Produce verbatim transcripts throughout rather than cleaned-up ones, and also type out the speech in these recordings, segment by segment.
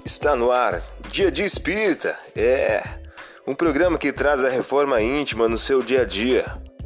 Está no ar, Dia de Espírita, é um programa que traz a reforma íntima no seu dia a dia.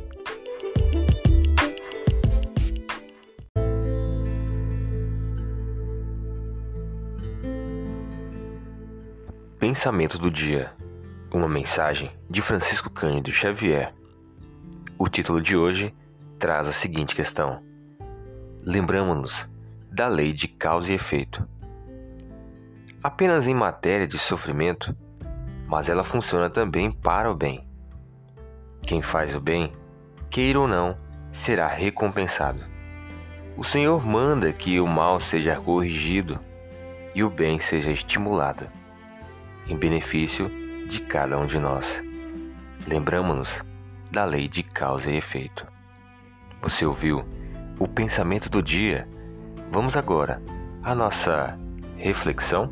Pensamento do dia, uma mensagem de Francisco Cândido Xavier. O título de hoje traz a seguinte questão: lembramo-nos da lei de causa e efeito. Apenas em matéria de sofrimento, mas ela funciona também para o bem. Quem faz o bem, queira ou não, será recompensado. O Senhor manda que o mal seja corrigido e o bem seja estimulado, em benefício de cada um de nós. Lembramo-nos da lei de causa e efeito. Você ouviu o pensamento do dia? Vamos agora à nossa reflexão?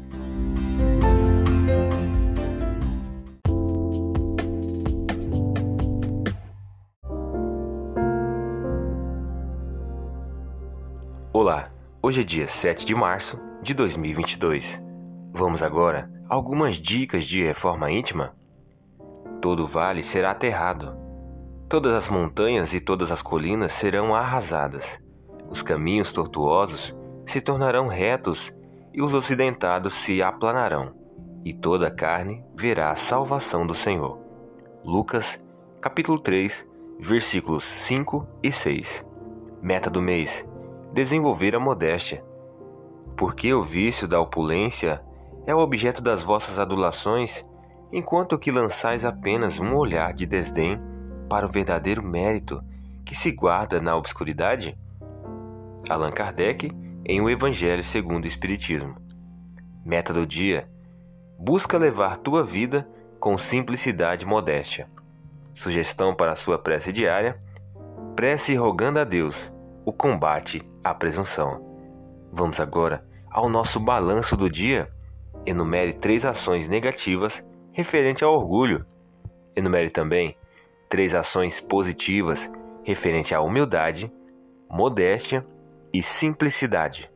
Olá, hoje é dia sete de março de dois mil e vinte e dois. Vamos agora a algumas dicas de reforma íntima? Todo vale será aterrado. Todas as montanhas e todas as colinas serão arrasadas. Os caminhos tortuosos se tornarão retos e os ocidentados se aplanarão, e toda a carne verá a salvação do Senhor. Lucas, capítulo três, versículos cinco e seis. Meta do mês: desenvolver a modéstia. Porque o vício da opulência é o objeto das vossas adulações, enquanto que lançais apenas um olhar de desdém para o verdadeiro mérito que se guarda na obscuridade? Allan Kardec, em O Evangelho segundo o Espiritismo. Meta do dia: busca levar tua vida com simplicidade e modéstia. Sugestão para a sua prece diária: prece rogando a Deus o combate à presunção. Vamos agora ao nosso balanço do dia. Enumere três ações negativas referente ao orgulho. Enumere também três ações positivas referente à humildade, modéstia e simplicidade.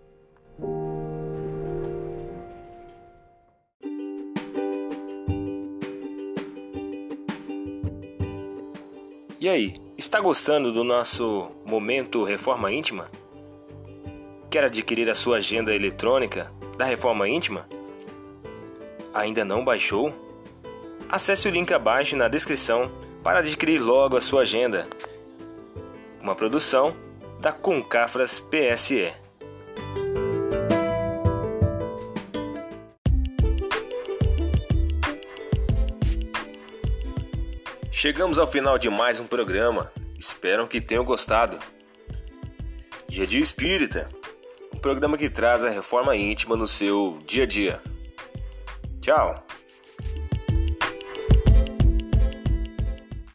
E aí, está gostando do nosso momento Reforma Íntima? Quer adquirir a sua agenda eletrônica da Reforma Íntima? Ainda não baixou? Acesse o link abaixo na descrição para adquirir logo a sua agenda. Uma produção da Concafras P S E. Chegamos ao final de mais um programa. Espero que tenham gostado. Dia de Espírita, um programa que traz a reforma íntima no seu dia a dia. Tchau!